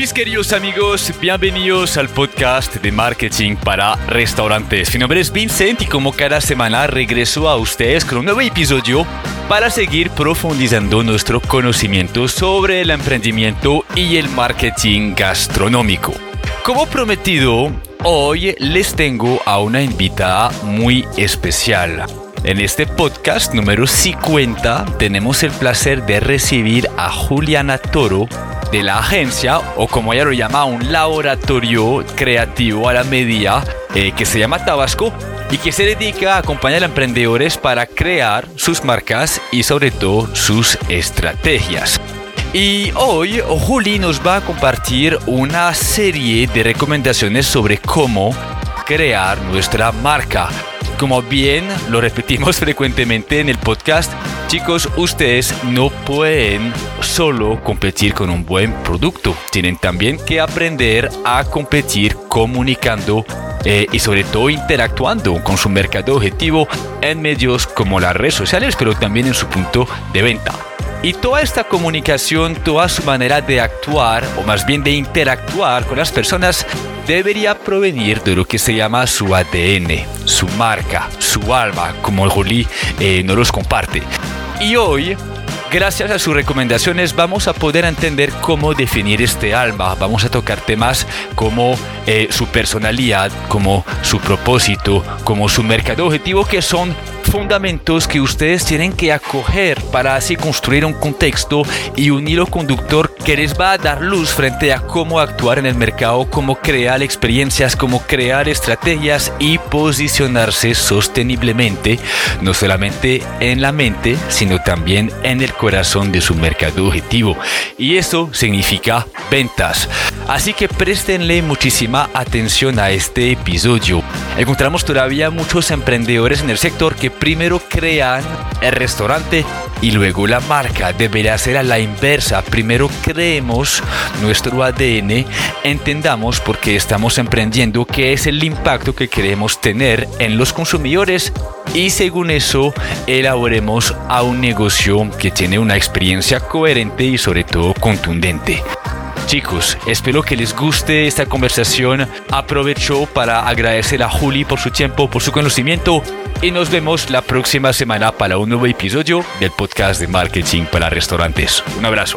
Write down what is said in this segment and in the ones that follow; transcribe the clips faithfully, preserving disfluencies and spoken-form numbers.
Mis queridos amigos, bienvenidos al podcast de marketing para restaurantes. Mi nombre es Vincent y como cada semana regreso a ustedes con un nuevo episodio para seguir profundizando nuestro conocimiento sobre el emprendimiento y el marketing gastronómico. Como prometido, hoy les tengo a una invitada muy especial. En este podcast número cincuenta tenemos el placer de recibir a Juliana Toro de la agencia, o como ella lo llama, un laboratorio creativo a la medida eh, que se llama Tabasco y que se dedica a acompañar a emprendedores para crear sus marcas y sobre todo sus estrategias. Y hoy Juli nos va a compartir una serie de recomendaciones sobre cómo crear nuestra marca. Como bien lo repetimos frecuentemente en el podcast, chicos, ustedes no pueden solo competir con un buen producto. Tienen también que aprender a competir comunicando eh, y sobre todo interactuando con su mercado objetivo en medios como las redes sociales, pero también en su punto de venta. Y toda esta comunicación, toda su manera de actuar, o más bien de interactuar con las personas, debería provenir de lo que se llama su A D N, su marca, su alma, como Juli eh, nos los comparte. Y hoy, gracias a sus recomendaciones, vamos a poder entender cómo definir este alma. Vamos a tocar temas como eh, su personalidad, como su propósito, como su mercado objetivo, que son fundamentos que ustedes tienen que acoger para así construir un contexto y un hilo conductor que les va a dar luz frente a cómo actuar en el mercado, cómo crear experiencias, cómo crear estrategias y posicionarse sosteniblemente, no solamente en la mente, sino también en el corazón de su mercado objetivo. Y eso significa ventas. Así que préstenle muchísima atención a este episodio. Encontramos todavía muchos emprendedores en el sector que primero crean el restaurante y luego la marca. Debería ser a la inversa. Primero creemos nuestro A D N, entendamos por qué estamos emprendiendo, qué es el impacto que queremos tener en los consumidores y según eso elaboremos a un negocio que tiene una experiencia coherente y sobre todo contundente. Chicos, espero que les guste esta conversación. Aprovecho para agradecer a Juli por su tiempo, por su conocimiento y nos vemos la próxima semana para un nuevo episodio del podcast de marketing para restaurantes. Un abrazo.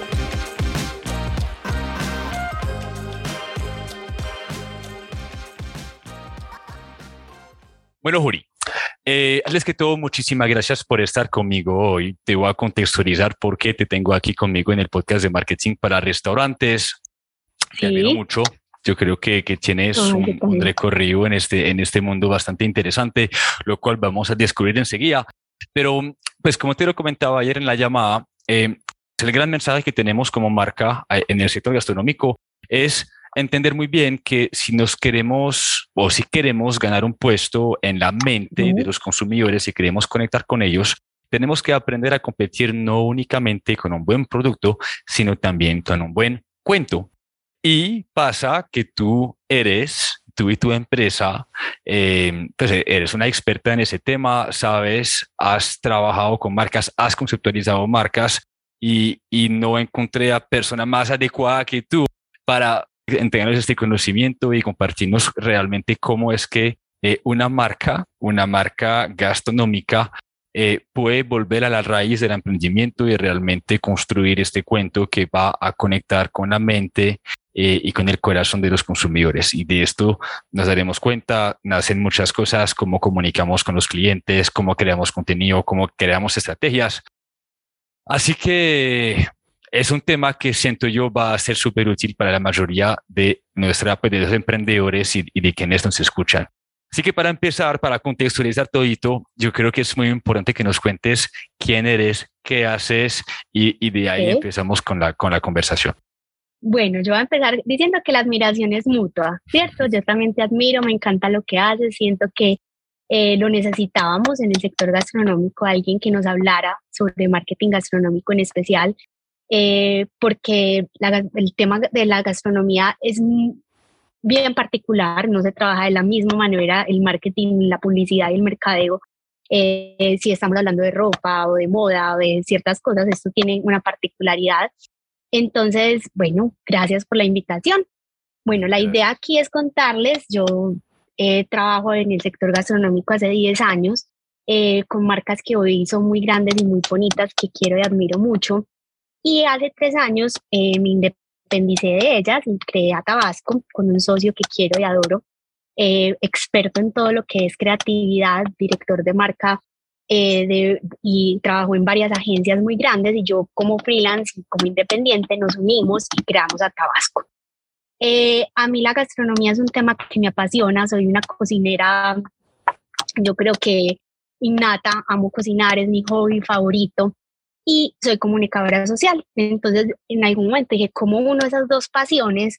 Bueno, Juli, eh, antes que todo, muchísimas gracias por estar conmigo hoy. Te voy a contextualizar por qué te tengo aquí conmigo en el podcast de marketing para restaurantes. Sí. Te admiro mucho. Yo creo que, que tienes Oh, un, un recorrido en este, en este mundo bastante interesante, lo cual vamos a descubrir enseguida. Pero, pues como te lo comentaba ayer en la llamada, eh, el gran mensaje que tenemos como marca en el sector gastronómico es entender muy bien que si nos queremos o si queremos ganar un puesto en la mente de los consumidores y queremos conectar con ellos, tenemos que aprender a competir no únicamente con un buen producto, sino también con un buen cuento. Y pasa que tú eres, tú y tu empresa, eh, pues eres una experta en ese tema, sabes, has trabajado con marcas, has conceptualizado marcas y, y no encontré a persona más adecuada que tú para entregarnos este conocimiento y compartirnos realmente cómo es que eh, una marca, una marca gastronómica eh, puede volver a la raíz del emprendimiento y realmente construir este cuento que va a conectar con la mente eh, y con el corazón de los consumidores. Y de esto nos daremos cuenta, nacen muchas cosas, cómo comunicamos con los clientes, cómo creamos contenido, cómo creamos estrategias. Así que es un tema que siento yo va a ser súper útil para la mayoría de nuestra, pues, de los emprendedores y, y de quienes nos escuchan. Así que para empezar, para contextualizar todito, yo creo que es muy importante que nos cuentes quién eres, qué haces y, y de ahí ¿Sí? empezamos con la, con la conversación. Bueno, yo voy a empezar diciendo que la admiración es mutua, ¿cierto? Yo también te admiro, me encanta lo que haces, siento que eh, lo necesitábamos en el sector gastronómico, alguien que nos hablara sobre marketing gastronómico en especial, eh, porque la, el tema de la gastronomía es bien particular, no se trabaja de la misma manera el marketing, la publicidad y el mercadeo. Eh, si estamos hablando de ropa o de moda o de ciertas cosas, esto tiene una particularidad. Entonces, bueno, gracias por la invitación. Bueno, la idea aquí es contarles, yo eh, trabajo en el sector gastronómico hace diez años, eh, con marcas que hoy son muy grandes y muy bonitas, que quiero y admiro mucho. Y hace tres años eh, me independicé de ellas y creé a Tabasco con un socio que quiero y adoro, eh, experto en todo lo que es creatividad, director de marca, eh, de, y trabajó en varias agencias muy grandes, y yo como freelance y como independiente nos unimos y creamos a Tabasco. Eh, a mí la gastronomía es un tema que me apasiona, soy una cocinera, yo creo que innata, amo cocinar, es mi hobby favorito, y soy comunicadora social. Entonces, en algún momento dije, ¿cómo uno esas dos pasiones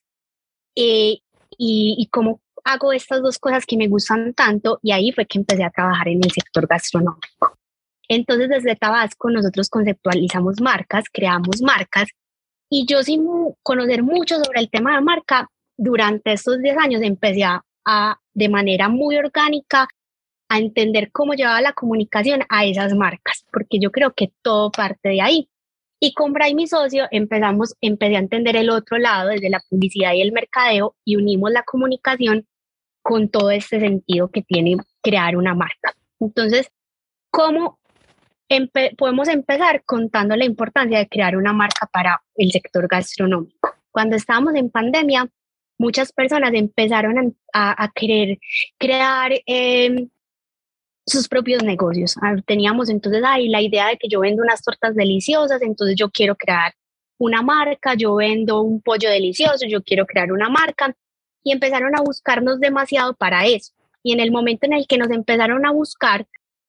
eh, y, y cómo hago estas dos cosas que me gustan tanto? Y ahí fue que empecé a trabajar en el sector gastronómico. Entonces, desde Tabasco nosotros conceptualizamos marcas, creamos marcas, y yo sin conocer mucho sobre el tema de marca, durante estos diez años empecé a, a, de manera muy orgánica, a entender cómo llevaba la comunicación a esas marcas, porque yo creo que todo parte de ahí. Y con Bray, mi socio, empezamos, empecé a entender el otro lado, desde la publicidad y el mercadeo, y unimos la comunicación con todo este sentido que tiene crear una marca. Entonces, ¿cómo Empe- podemos empezar contando la importancia de crear una marca para el sector gastronómico? Cuando estábamos en pandemia, muchas personas empezaron a, a, a querer crear eh, sus propios negocios. Ah, teníamos entonces ahí la idea de que yo vendo unas tortas deliciosas, entonces yo quiero crear una marca, yo vendo un pollo delicioso, yo quiero crear una marca, y empezaron a buscarnos demasiado para eso. Y en el momento en el que nos empezaron a buscar,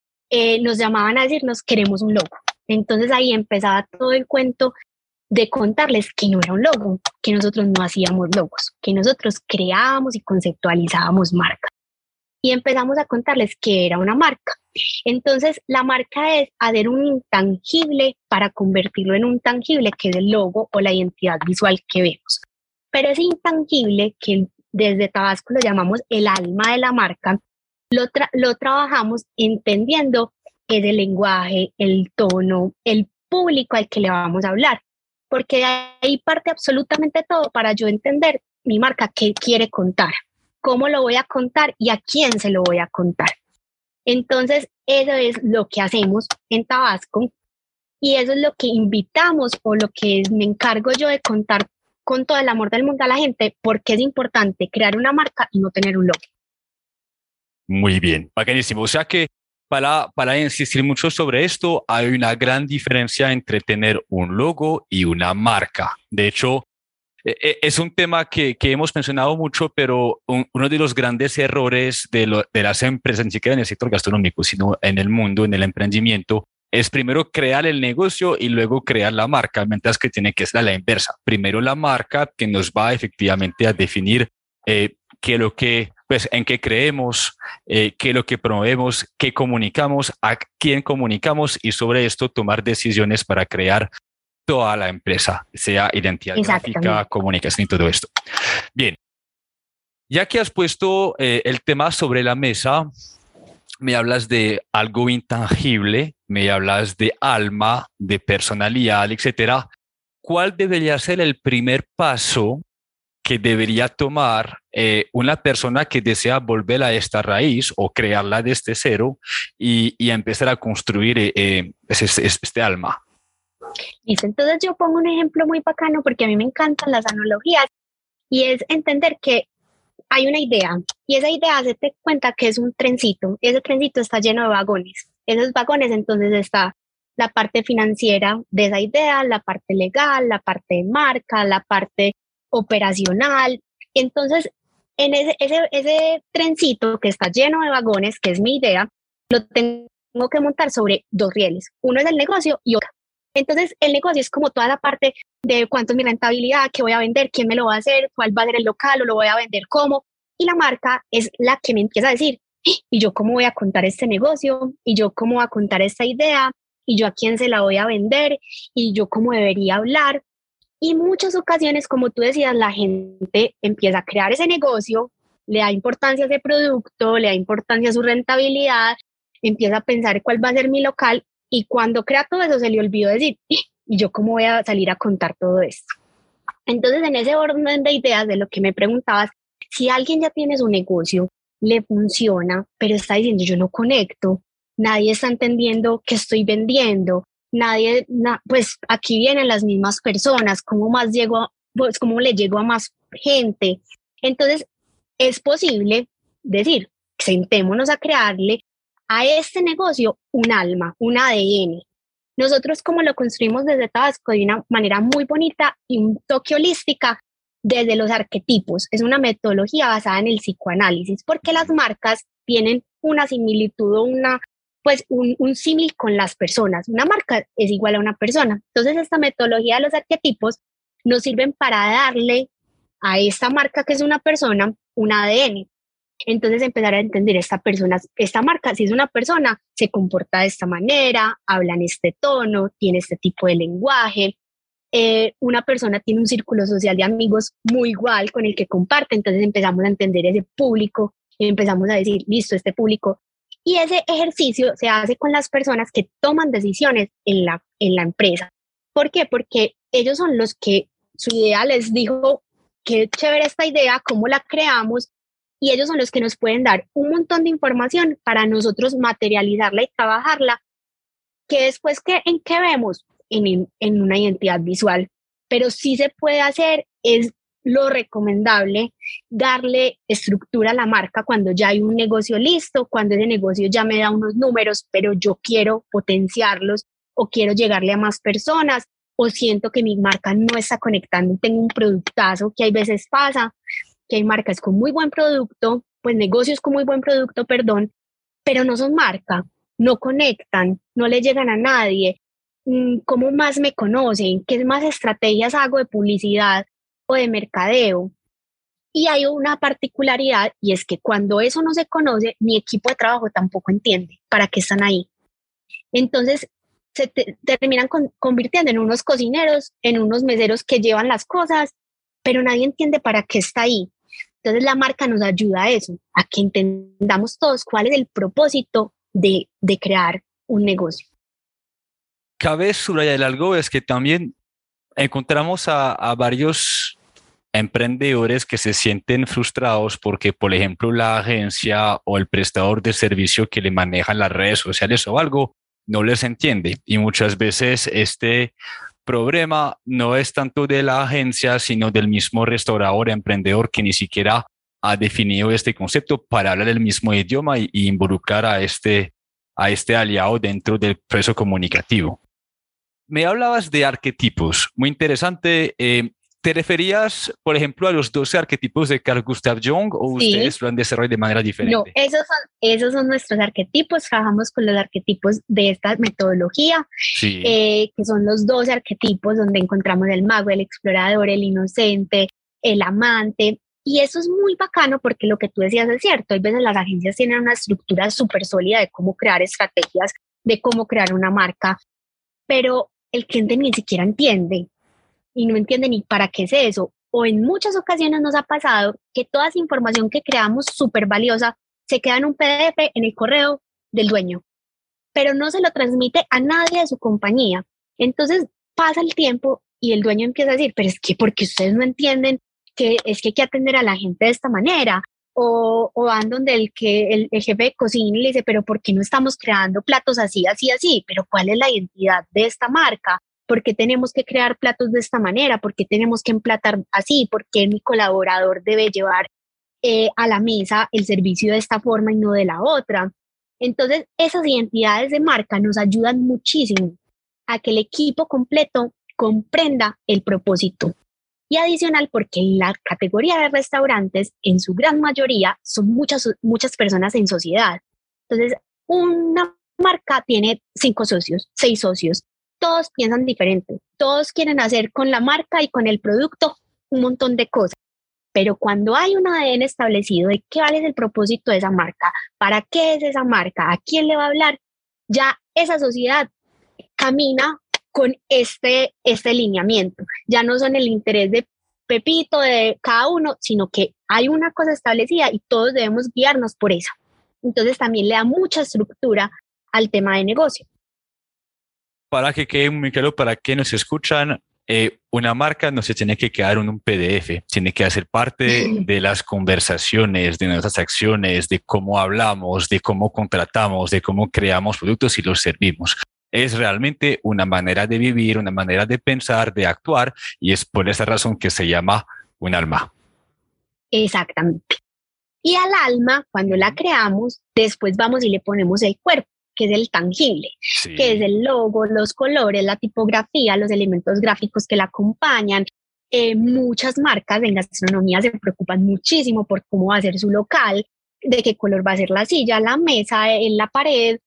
Eh, nos llamaban a decirnos, queremos un logo. Entonces ahí empezaba todo el cuento de contarles que no era un logo, que nosotros no hacíamos logos, que nosotros creábamos y conceptualizábamos marcas. Y empezamos a contarles que era una marca. Entonces la marca es hacer un intangible para convertirlo en un tangible, que es el logo o la identidad visual que vemos. Pero ese intangible, que desde Tabasco lo llamamos el alma de la marca, Lo, tra- lo trabajamos entendiendo ese lenguaje, el tono, el público al que le vamos a hablar, porque de ahí parte absolutamente todo para yo entender mi marca, qué quiere contar, cómo lo voy a contar y a quién se lo voy a contar. Entonces, eso es lo que hacemos en Tabasco, y eso es lo que invitamos, o lo que me encargo yo de contar con todo el amor del mundo a la gente, porque es importante crear una marca y no tener un logo. Muy bien, bacanísimo. O sea que para, para insistir mucho sobre esto, hay una gran diferencia entre tener un logo y una marca. De hecho, eh, es un tema que, que hemos mencionado mucho, pero un, uno de los grandes errores de, lo, de las empresas, ni siquiera en el sector gastronómico, sino en el mundo, en el emprendimiento, es primero crear el negocio y luego crear la marca, mientras que tiene que ser a la inversa. Primero la marca, que nos va efectivamente a definir eh, qué lo que, pues, en qué creemos, eh, qué es lo que promovemos, qué comunicamos, a quién comunicamos, y sobre esto tomar decisiones para crear toda la empresa, sea identidad gráfica, comunicación y todo esto. Bien, ya que has puesto eh, el tema sobre la mesa, me hablas de algo intangible, me hablas de alma, de personalidad, etcétera. ¿Cuál debería ser el primer paso que debería tomar eh, una persona que desea volver a esta raíz o crearla desde cero y, y empezar a construir eh, este, este alma? Listo, entonces yo pongo un ejemplo muy bacano, porque a mí me encantan las analogías, y es entender que hay una idea, y esa idea, hazte cuenta que es un trencito, ese trencito está lleno de vagones, esos vagones, entonces está la parte financiera de esa idea, la parte legal, la parte de marca, la parte operacional. Entonces, en ese, ese, ese trencito que está lleno de vagones, que es mi idea, lo tengo que montar sobre dos rieles. Uno es el negocio y otro. Entonces, el negocio es como toda la parte de cuánto es mi rentabilidad, qué voy a vender, quién me lo va a hacer, cuál va a ser el local, o lo voy a vender cómo. Y la marca es la que me empieza a decir, y yo cómo voy a contar este negocio, y yo cómo voy a contar esta idea, y yo a quién se la voy a vender, y yo cómo debería hablar. Y muchas ocasiones, como tú decías, la gente empieza a crear ese negocio, le da importancia a ese producto, le da importancia a su rentabilidad, empieza a pensar cuál va a ser mi local, y cuando crea todo eso se le olvidó decir, ¿y yo cómo voy a salir a contar todo esto? Entonces, en ese orden de ideas de lo que me preguntabas, si alguien ya tiene su negocio, le funciona, pero está diciendo yo no conecto, nadie está entendiendo qué estoy vendiendo, nadie, na, pues aquí vienen las mismas personas, ¿cómo más llego a, pues cómo le llego a más gente? Entonces, es posible decir, sentémonos a crearle a este negocio un alma, un A D N. Nosotros como lo construimos desde Tabasco de una manera muy bonita y un toque holística desde los arquetipos. Es una metodología basada en el psicoanálisis, porque las marcas tienen una similitud o una, pues un, un símil con las personas. Una marca es igual a una persona. Entonces esta metodología de los arquetipos nos sirven para darle a esta marca que es una persona un A D N. Entonces empezar a entender esta persona, esta marca, si es una persona, se comporta de esta manera, habla en este tono, tiene este tipo de lenguaje. Eh, una persona tiene un círculo social de amigos muy igual con el que comparte, entonces empezamos a entender ese público y empezamos a decir, listo, este público. Y ese ejercicio se hace con las personas que toman decisiones en la, en la empresa. ¿Por qué? Porque ellos son los que su idea les dijo, qué chévere esta idea, cómo la creamos, y ellos son los que nos pueden dar un montón de información para nosotros materializarla y trabajarla, que después, ¿qué, ¿en qué vemos? En, en una identidad visual. Pero sí se puede hacer, es lo recomendable, darle estructura a la marca cuando ya hay un negocio listo, cuando ese negocio ya me da unos números, pero yo quiero potenciarlos o quiero llegarle a más personas, o siento que mi marca no está conectando, tengo un productazo, que hay veces pasa, que hay marcas con muy buen producto, pues negocios con muy buen producto, perdón, pero no son marca, no conectan, no le llegan a nadie. ¿Cómo más me conocen? ¿Qué más estrategias hago de publicidad o de mercadeo? Y hay una particularidad, y es que cuando eso no se conoce, mi equipo de trabajo tampoco entiende para qué están ahí. Entonces se te, terminan con, convirtiendo en unos cocineros, en unos meseros que llevan las cosas, pero nadie entiende para qué está ahí. Entonces la marca nos ayuda a eso, a que entendamos todos cuál es el propósito de, de crear un negocio. Cabe subrayar algo, es que también encontramos a, a varios emprendedores que se sienten frustrados porque, por ejemplo, la agencia o el prestador de servicio que le manejan las redes sociales o algo no les entiende. Y muchas veces este problema no es tanto de la agencia, sino del mismo restaurador, emprendedor que ni siquiera ha definido este concepto para hablar el mismo idioma y, y involucrar a este, a este aliado dentro del proceso comunicativo. Me hablabas de arquetipos, muy interesante. Eh, ¿Te referías, por ejemplo, a los doce arquetipos de Carl Gustav Jung o sí. Ustedes lo han desarrollado de manera diferente? No, esos son, esos son nuestros arquetipos. Trabajamos con los arquetipos de esta metodología, sí. eh, que son los doce arquetipos donde encontramos el mago, el explorador, el inocente, el amante. Y eso es muy bacano porque lo que tú decías es cierto. Hay veces las agencias tienen una estructura súper sólida de cómo crear estrategias, de cómo crear una marca, pero el cliente ni siquiera entiende. Y no entiende ni para qué es eso. O en muchas ocasiones nos ha pasado que toda esa información que creamos súper valiosa se queda en un P D F en el correo del dueño, pero no se lo transmite a nadie de su compañía. Entonces pasa el tiempo y el dueño empieza a decir, pero es que porque ustedes no entienden que es que hay que atender a la gente de esta manera. O, o van donde el, que, el, el jefe de cocina y le dice, pero ¿por qué no estamos creando platos así, así, así? Pero ¿cuál es la identidad de esta marca? ¿Por qué tenemos que crear platos de esta manera? ¿Por qué tenemos que emplatar así? ¿Por qué mi colaborador debe llevar eh, a la mesa el servicio de esta forma y no de la otra? Entonces, esas identidades de marca nos ayudan muchísimo a que el equipo completo comprenda el propósito. Y adicional, porque la categoría de restaurantes, en su gran mayoría, son muchas, muchas personas en sociedad. Entonces, una marca tiene cinco socios, seis socios. Todos piensan diferente, todos quieren hacer con la marca y con el producto un montón de cosas, pero cuando hay un A D N establecido de qué vale el propósito de esa marca, para qué es esa marca, a quién le va a hablar, ya esa sociedad camina con este, este lineamiento. Ya no son el interés de Pepito, de cada uno, sino que hay una cosa establecida y todos debemos guiarnos por esa. Entonces también le da mucha estructura al tema de negocio. Para que quede muy claro, para que nos escuchan, eh, una marca no se tiene que quedar en un P D F, tiene que hacer parte de las conversaciones, de nuestras acciones, de cómo hablamos, de cómo contratamos, de cómo creamos productos y los servimos. Es realmente una manera de vivir, una manera de pensar, de actuar, y es por esa razón que se llama un alma. Exactamente. Y al alma, cuando la creamos, después vamos y le ponemos el cuerpo, que es el tangible, sí. que es el logo, los colores, la tipografía, los elementos gráficos que la acompañan. Eh, muchas marcas en gastronomía se preocupan muchísimo por cómo va a ser su local, de qué color va a ser la silla, la mesa, en la pared.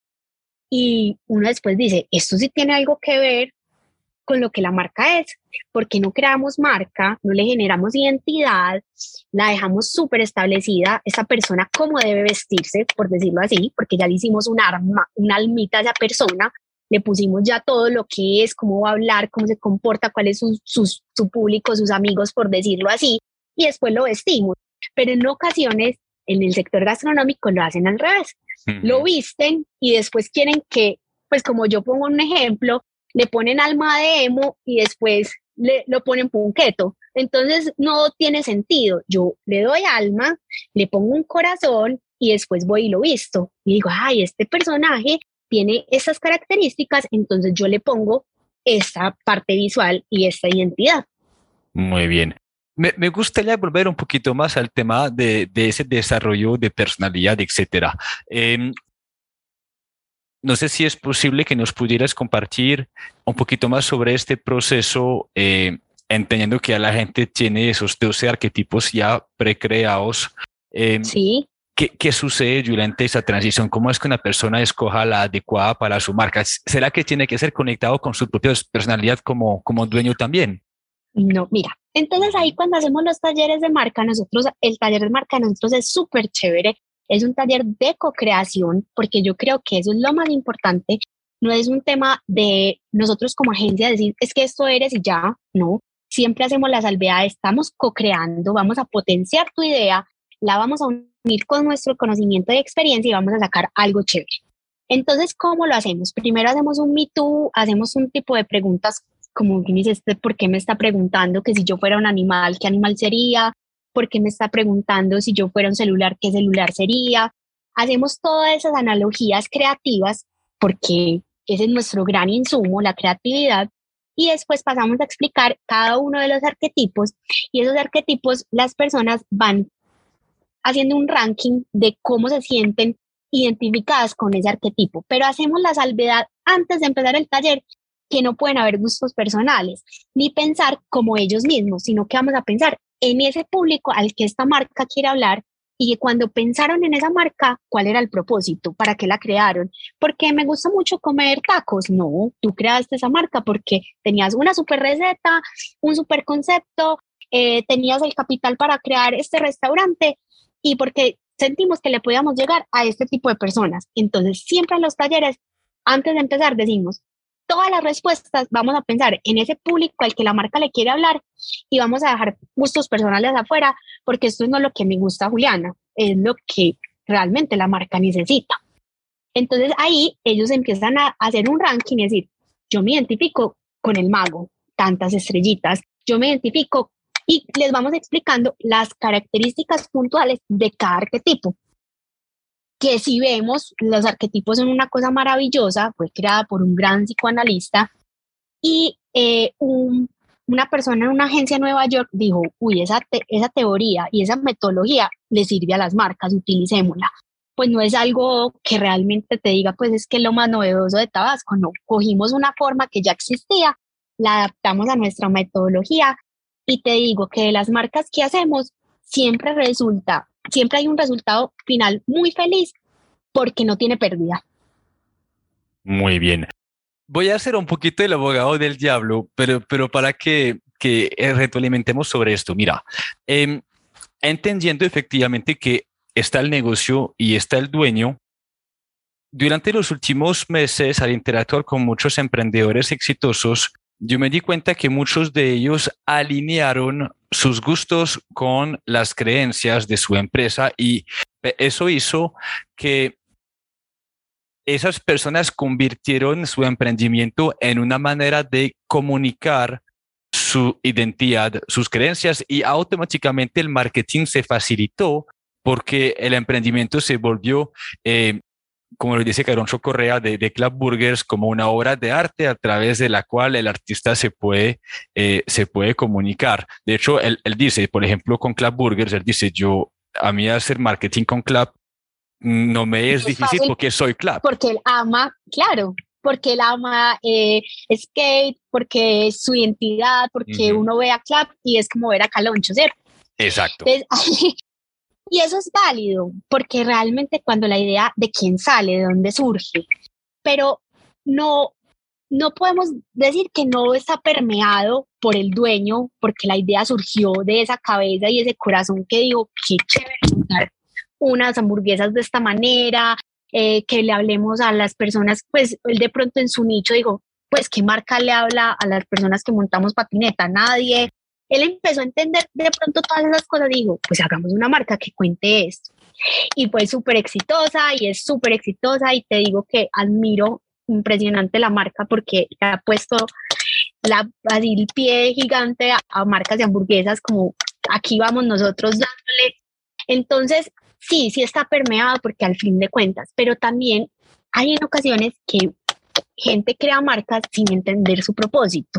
Y uno después dice, esto sí tiene algo que ver con lo que la marca es, porque no creamos marca, no le generamos identidad, la dejamos súper establecida, esa persona cómo debe vestirse, por decirlo así, porque ya le hicimos un arma, una almita a esa persona, le pusimos ya todo lo que es, cómo va a hablar, cómo se comporta, cuál es su, su, su público, sus amigos, por decirlo así, y después lo vestimos. Pero en ocasiones, en el sector gastronómico lo hacen al revés, uh-huh. lo visten y después quieren que, pues como yo pongo un ejemplo, le ponen alma de emo y después le, lo ponen punqueto. Entonces no tiene sentido. Yo le doy alma, le pongo un corazón y después voy y lo visto. Y digo, ay, este personaje tiene esas características, entonces yo le pongo esta parte visual y esta identidad. Muy bien. Me, me gustaría volver un poquito más al tema de, de ese desarrollo de personalidad, etcétera. Eh, No sé si es posible que nos pudieras compartir un poquito más sobre este proceso, eh, entendiendo que ya la gente tiene esos doce arquetipos ya precreados. Eh, sí. ¿qué, ¿Qué sucede durante esa transición? ¿Cómo es que una persona escoja la adecuada para su marca? ¿Será que tiene que ser conectado con su propia personalidad como, como dueño también? No, mira, entonces ahí cuando hacemos los talleres de marca, nosotros, el taller de marca de nosotros es súper chévere. Es un taller de co-creación, porque yo creo que eso es lo más importante. No es un tema de nosotros como agencia decir, es que esto eres y ya, no. Siempre hacemos la salvedad, estamos co-creando, vamos a potenciar tu idea, la vamos a unir con nuestro conocimiento y experiencia y vamos a sacar algo chévere. Entonces, ¿cómo lo hacemos? Primero hacemos un Me Too, hacemos un tipo de preguntas como, ¿quién dice este? ¿Por qué me está preguntando que si yo fuera un animal, qué animal sería? ¿Por qué me está preguntando si yo fuera un celular, qué celular sería? Hacemos todas esas analogías creativas porque ese es nuestro gran insumo, la creatividad, y después pasamos a explicar cada uno de los arquetipos y esos arquetipos las personas van haciendo un ranking de cómo se sienten identificadas con ese arquetipo, pero hacemos la salvedad antes de empezar el taller que no pueden haber gustos personales ni pensar como ellos mismos, sino que vamos a pensar en ese público al que esta marca quiere hablar y que cuando pensaron en esa marca, ¿cuál era el propósito? ¿Para qué la crearon? ¿Porque me gusta mucho comer tacos? No, tú creaste esa marca porque tenías una super receta, un super concepto, eh, tenías el capital para crear este restaurante y porque sentimos que le podíamos llegar a este tipo de personas. Entonces, siempre en los talleres, antes de empezar, decimos, todas las respuestas vamos a pensar en ese público al que la marca le quiere hablar y vamos a dejar gustos personales afuera porque esto no es lo que me gusta, Juliana, es lo que realmente la marca necesita. Entonces ahí ellos empiezan a hacer un ranking y decir, yo me identifico con el mago, tantas estrellitas, yo me identifico y les vamos explicando las características puntuales de cada arquetipo. Que si vemos, los arquetipos son una cosa maravillosa, fue creada por un gran psicoanalista y eh, un, una persona en una agencia en Nueva York dijo, uy, esa, te, esa teoría y esa metodología le sirve a las marcas, utilicémosla. Pues no es algo que realmente te diga, pues es que es lo más novedoso de Tabasco, no, cogimos una forma que ya existía, la adaptamos a nuestra metodología y te digo que de las marcas que hacemos siempre resulta siempre hay un resultado final muy feliz porque no tiene pérdida. Muy bien. Voy a ser un poquito el abogado del diablo, pero, pero para que, que retroalimentemos sobre esto. Mira, eh, entendiendo efectivamente que está el negocio y está el dueño, durante los últimos meses al interactuar con muchos emprendedores exitosos, yo me di cuenta que muchos de ellos alinearon sus gustos con las creencias de su empresa y eso hizo que esas personas convirtieron su emprendimiento en una manera de comunicar su identidad, sus creencias, y automáticamente el marketing se facilitó porque el emprendimiento se volvió, eh, como lo dice Caroncho Correa de, de Club Burgers, como una obra de arte a través de la cual el artista se puede, eh, se puede comunicar. De hecho, él, él dice, por ejemplo, con Club Burgers, él dice, yo, a mí hacer marketing con Club no me es, es difícil fácil, porque soy Club. Porque él ama, claro, porque él ama eh, skate, porque es su identidad, porque uh-huh. uno ve a Club y es como ver a Caloncho, ¿cierto? Exacto. Entonces, y eso es válido, porque realmente cuando la idea de quién sale, de dónde surge, pero no, no podemos decir que no está permeado por el dueño, porque la idea surgió de esa cabeza y ese corazón que dijo, qué chévere montar unas hamburguesas de esta manera, eh, que le hablemos a las personas, pues él de pronto en su nicho dijo, pues qué marca le habla a las personas que montamos patineta, nadie. Él empezó a entender de pronto todas esas cosas, dijo, pues hagamos una marca que cuente esto. Y fue súper exitosa y es súper exitosa y te digo que admiro impresionante la marca porque ha puesto la, así el pie gigante a, a marcas de hamburguesas como aquí vamos nosotros dándole. Entonces, sí, sí está permeado porque al fin de cuentas, pero también hay en ocasiones que gente crea marcas sin entender su propósito.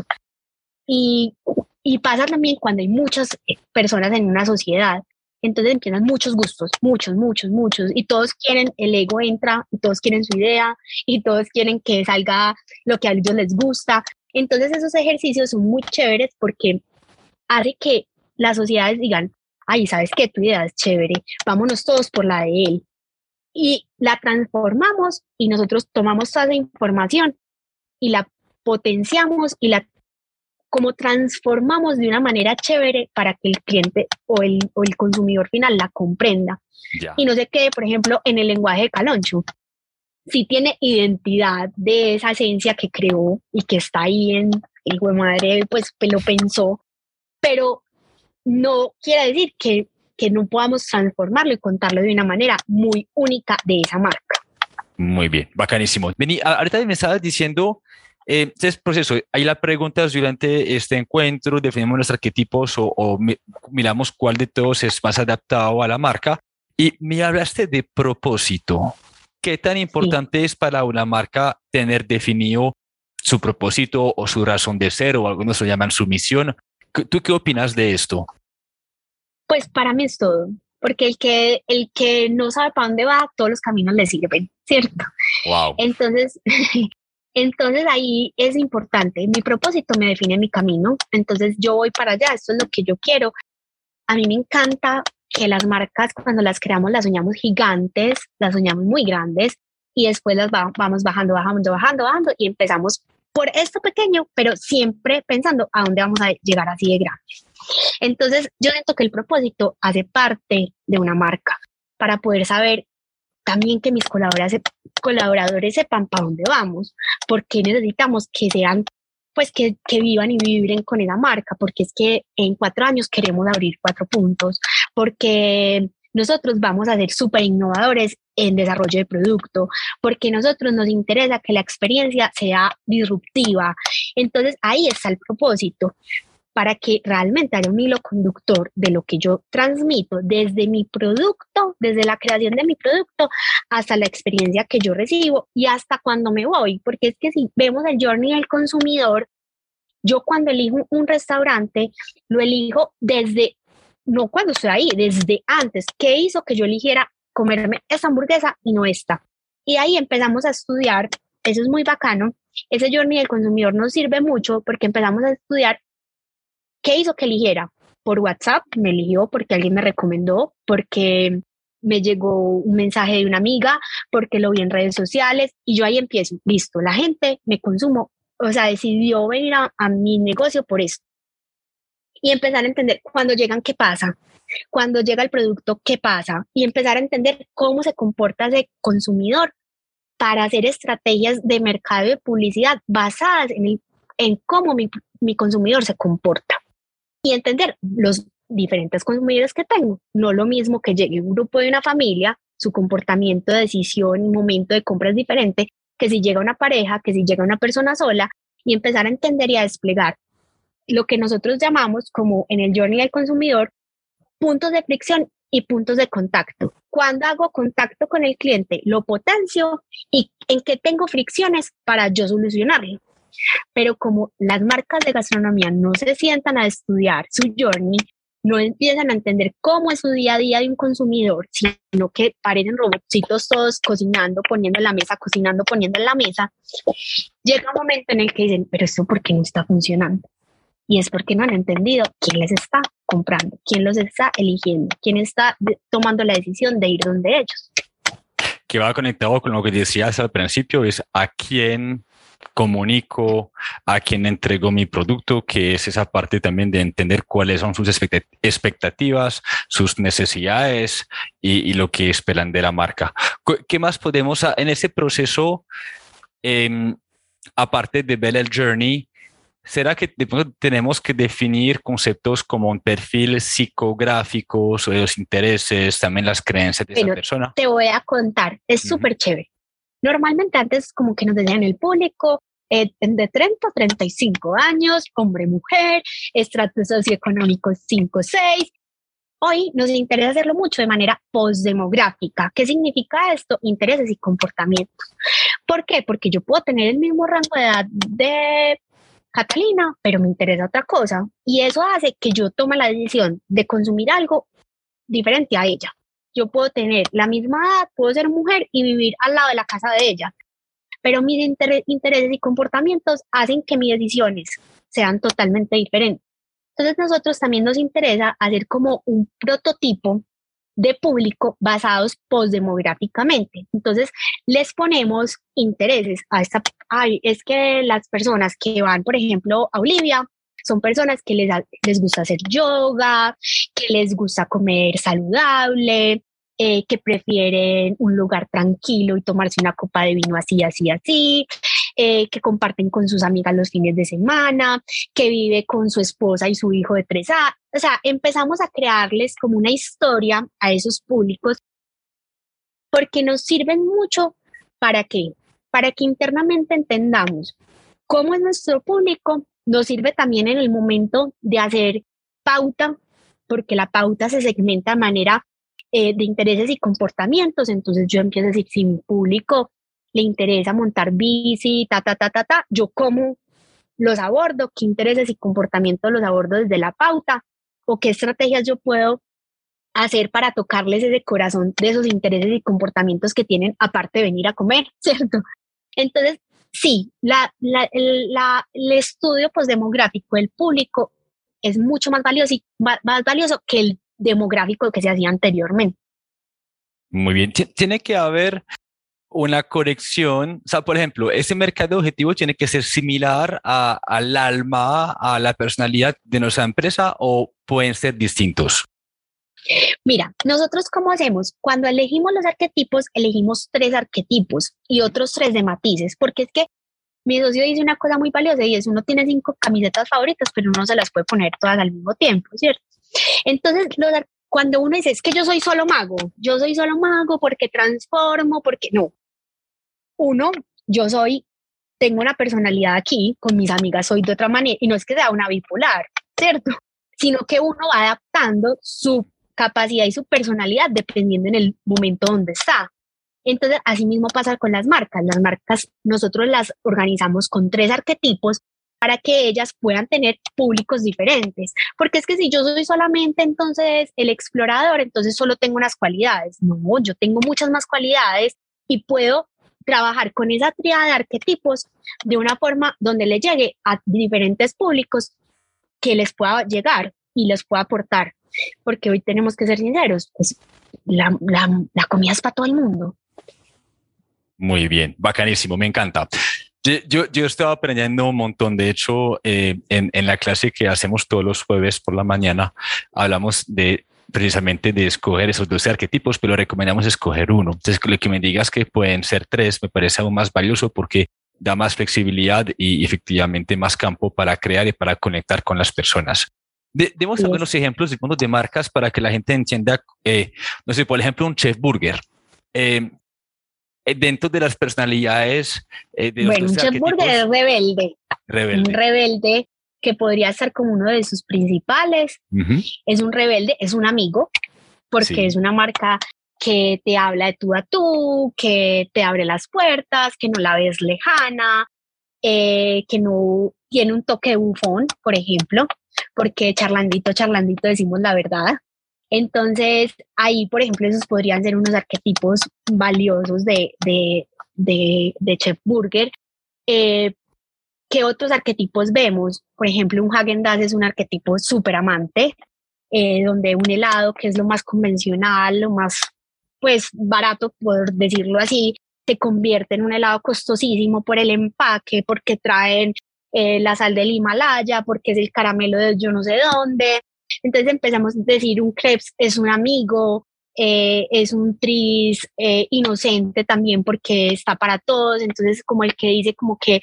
Y Y pasa también cuando hay muchas personas en una sociedad, entonces empiezan muchos gustos, muchos, muchos, muchos, y todos quieren, el ego entra, y todos quieren su idea, y todos quieren que salga lo que a ellos les gusta. Entonces esos ejercicios son muy chéveres porque hace que las sociedades digan, ay, ¿sabes qué? Tu idea es chévere, vámonos todos por la de él. Y la transformamos y nosotros tomamos toda esa información y la potenciamos y la como transformamos de una manera chévere para que el cliente o el, o el consumidor final la comprenda. Ya. Y no se quede, por ejemplo, en el lenguaje de Caloncho. Sí tiene identidad de esa esencia que creó y que está ahí en el hijo de madre, pues, pues lo pensó, pero no quiere decir que, que no podamos transformarlo y contarlo de una manera muy única de esa marca. Muy bien, bacanísimo. Vení, ahorita me estabas diciendo... Eh, entonces, proceso, ahí la pregunta es durante este encuentro, definimos nuestros arquetipos o, o mi, miramos cuál de todos es más adaptado a la marca. Y me hablaste de propósito. ¿Qué tan importante sí. es para una marca tener definido su propósito o su razón de ser, o algunos lo llaman su misión? ¿Tú qué opinas de esto? Pues para mí es todo, porque el que, el que no sabe para dónde va, todos los caminos le sirven, ¿cierto? Wow. Entonces... Entonces ahí es importante, mi propósito me define mi camino, entonces yo voy para allá, esto es lo que yo quiero. A mí me encanta que las marcas cuando las creamos las soñamos gigantes, las soñamos muy grandes y después las va, vamos bajando, bajando, bajando, bajando y empezamos por esto pequeño, pero siempre pensando a dónde vamos a llegar así de grandes. Entonces yo siento que el propósito hace parte de una marca para poder saber también que mis colaboradores, colaboradores sepan para dónde vamos, porque necesitamos que sean, pues que, que vivan y vibren con esa marca, porque es que en cuatro años queremos abrir cuatro puntos, porque nosotros vamos a ser súper innovadores en desarrollo de producto, porque nosotros nos interesa que la experiencia sea disruptiva. Entonces ahí está el propósito, para que realmente haya un hilo conductor de lo que yo transmito desde mi producto, desde la creación de mi producto hasta la experiencia que yo recibo y hasta cuando me voy, porque es que si vemos el journey del consumidor, yo cuando elijo un restaurante, lo elijo desde, no cuando estoy ahí, desde antes, ¿qué hizo que yo eligiera comerme esta hamburguesa y no esta? Y ahí empezamos a estudiar, eso es muy bacano, ese journey del consumidor nos sirve mucho porque empezamos a estudiar ¿qué hizo que eligiera? Por WhatsApp, me eligió porque alguien me recomendó, porque me llegó un mensaje de una amiga, porque lo vi en redes sociales y yo ahí empiezo, listo, la gente me consumo, o sea, decidió venir a, a mi negocio por esto. Y empezar a entender cuando llegan qué pasa, cuando llega el producto qué pasa y empezar a entender cómo se comporta ese consumidor para hacer estrategias de mercado y de publicidad basadas en, el, en cómo mi, mi consumidor se comporta. Y entender los diferentes consumidores que tengo. No lo mismo que llegue un grupo de una familia, su comportamiento de decisión y momento de compra es diferente que si llega una pareja, que si llega una persona sola y empezar a entender y a desplegar lo que nosotros llamamos como en el journey del consumidor, puntos de fricción y puntos de contacto. Cuando hago contacto con el cliente, lo potencio y en qué tengo fricciones para yo solucionarlo. Pero como las marcas de gastronomía no se sientan a estudiar su journey, no empiezan a entender cómo es su día a día de un consumidor, sino que parecen robotcitos todos cocinando, poniendo en la mesa, cocinando, poniendo en la mesa, llega un momento en el que dicen, pero esto ¿por qué no está funcionando? Y es porque no han entendido quién les está comprando, quién los está eligiendo, quién está de, tomando la decisión de ir donde ellos. Que va conectado con lo que decías al principio, es a quién comunico, a quién entrego mi producto, que es esa parte también de entender cuáles son sus expectativas, sus necesidades y, y lo que esperan de la marca. ¿Qué más podemos en ese proceso, eh, aparte de ver el journey? ¿Será que tenemos que definir conceptos como un perfil psicográfico sobre los intereses, también las creencias de bueno, esa persona? Te voy a contar, es uh-huh. súper chévere. Normalmente antes como que nos decían el público eh, de treinta a treinta y cinco años, hombre, mujer, estrato socioeconómico cinco seis. Hoy nos interesa hacerlo mucho de manera postdemográfica. ¿Qué significa esto? Intereses y comportamientos. ¿Por qué? Porque yo puedo tener el mismo rango de edad de Catalina, pero me interesa otra cosa. Y eso hace que yo tome la decisión de consumir algo diferente a ella. Yo puedo tener la misma edad, puedo ser mujer y vivir al lado de la casa de ella. Pero mis inter- intereses y comportamientos hacen que mis decisiones sean totalmente diferentes. Entonces, a nosotros también nos interesa hacer como un prototipo de público basados postdemográficamente. Entonces, les ponemos intereses a esta. Ay, es que las personas que van, por ejemplo, a Bolivia, son personas que les, les gusta hacer yoga, que les gusta comer saludable, eh, que prefieren un lugar tranquilo y tomarse una copa de vino así, así, así, eh, que comparten con sus amigas los fines de semana, que vive con su esposa y su hijo de tres años. O sea, empezamos a crearles como una historia a esos públicos porque nos sirven mucho para que, para que internamente entendamos cómo es nuestro público. Nos sirve también en el momento de hacer pauta, porque la pauta se segmenta de manera eh, de intereses y comportamientos. Entonces yo empiezo a decir, si mi público le interesa montar bici, ta, ta, ta, ta, ta, yo cómo los abordo, qué intereses y comportamientos los abordo desde la pauta, o qué estrategias yo puedo hacer para tocarles ese corazón de esos intereses y comportamientos que tienen, aparte de venir a comer, ¿cierto? Entonces, sí, la, la, el, la, el estudio postdemográfico del público es mucho más valioso, y más, más valioso que el demográfico que se hacía anteriormente. Muy bien. Tiene que haber una corrección. O sea, por ejemplo, ese mercado objetivo tiene que ser similar a, al alma, a la personalidad de nuestra empresa, o pueden ser distintos. Mira, nosotros ¿cómo hacemos? Cuando elegimos los arquetipos, elegimos tres arquetipos y otros tres de matices, porque es que mi socio dice una cosa muy valiosa y es: uno tiene cinco camisetas favoritas, pero uno se las puede poner todas al mismo tiempo, ¿cierto? Entonces, los, cuando uno dice, es que yo soy solo mago, yo soy solo mago porque transformo, porque no. Uno, yo soy, tengo una personalidad aquí, con mis amigas soy de otra manera, y no es que sea una bipolar, ¿cierto? Sino que uno va adaptando su capacidad y su personalidad dependiendo en el momento donde está. Entonces, así mismo pasa con las marcas. Las marcas nosotros las organizamos con tres arquetipos para que ellas puedan tener públicos diferentes. Porque es que si yo soy solamente entonces el explorador, entonces solo tengo unas cualidades. No, yo tengo muchas más cualidades y puedo trabajar con esa tríada de arquetipos de una forma donde le llegue a diferentes públicos que les pueda llegar y les pueda aportar. Porque hoy tenemos que ser sinceros, pues la, la, la comida es para todo el mundo. Muy bien, bacanísimo, me encanta. Yo, yo, yo estaba aprendiendo un montón. De hecho, eh, en, en la clase que hacemos todos los jueves por la mañana, hablamos de precisamente de escoger esos doce arquetipos, pero recomendamos escoger uno. Entonces, lo que me digas que pueden ser tres me parece aún más valioso porque da más flexibilidad y efectivamente más campo para crear y para conectar con las personas. De, demos Yes. algunos ejemplos de, de marcas para que la gente entienda, eh, no sé, por ejemplo, un chef burger. Eh, dentro de las personalidades eh, de los bueno, un chef burger es rebelde. rebelde. Un rebelde que podría ser como uno de sus principales. Uh-huh. Es un rebelde, es un amigo, porque sí. Es una marca que te habla de tú a tú, que te abre las puertas, que no la ves lejana, eh, que no tiene un toque de bufón, por ejemplo, porque charlandito, charlandito decimos la verdad. Entonces, ahí, por ejemplo, esos podrían ser unos arquetipos valiosos de, de, de, de Chef Burger. Eh, ¿Qué otros arquetipos vemos? Por ejemplo, un Häagen-Dazs es un arquetipo súper amante, eh, donde un helado, que es lo más convencional, lo más pues barato, por decirlo así, se convierte en un helado costosísimo por el empaque, porque traen eh, la sal del Himalaya, porque es el caramelo de yo no sé dónde. Entonces empezamos a decir un crepes es un amigo, eh, es un tris eh, inocente también porque está para todos. Entonces como el que dice como que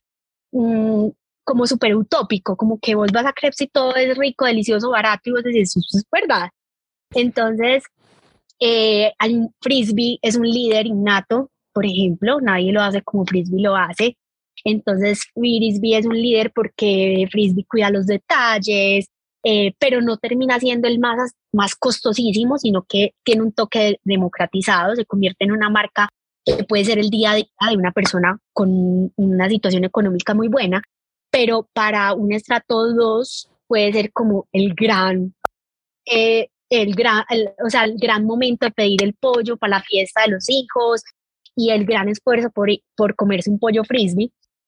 um, como súper utópico, como que vos vas a crepes y todo es rico, delicioso, barato y vos decís, eso es verdad. Entonces eh, hay un Frisbee es un líder innato, por ejemplo, nadie lo hace como Frisbee lo hace. Entonces Frisbee es un líder porque Frisbee cuida los detalles, Eh, pero no termina siendo el más, más costosísimo, sino que tiene un toque democratizado, se convierte en una marca que puede ser el día a día de una persona con una situación económica muy buena, pero para un estrato dos puede ser como el gran, eh, el gran, el, o sea, el gran momento de pedir el pollo para la fiesta de los hijos y el gran esfuerzo por, por comerse un pollo Frisbee.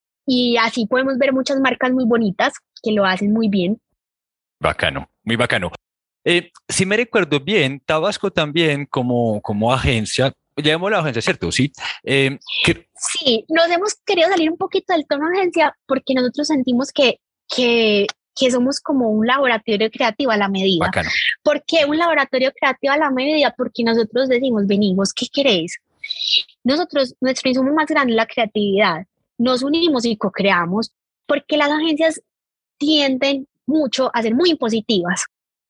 Y así podemos ver muchas marcas muy bonitas que lo hacen muy bien. Bacano, muy bacano. Eh, si me recuerdo bien, Tabasco también como, como agencia, llamamos la agencia, ¿cierto? Sí. Eh, que... Sí, nos hemos querido salir un poquito del tono agencia porque nosotros sentimos que, que, que somos como un laboratorio creativo a la medida. Bacano. ¿Por qué un laboratorio creativo a la medida? Porque nosotros decimos, venimos, ¿qué queréis? Nosotros, nuestro insumo más grande es la creatividad. Nos unimos y co-creamos porque las agencias tienden mucho a ser muy impositivas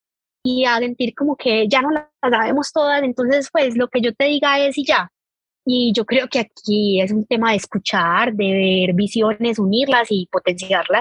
y a sentir como que ya no las sabemos todas, entonces pues lo que yo te diga es y ya. Y yo creo que aquí es un tema de escuchar, de ver visiones, unirlas y potenciarlas.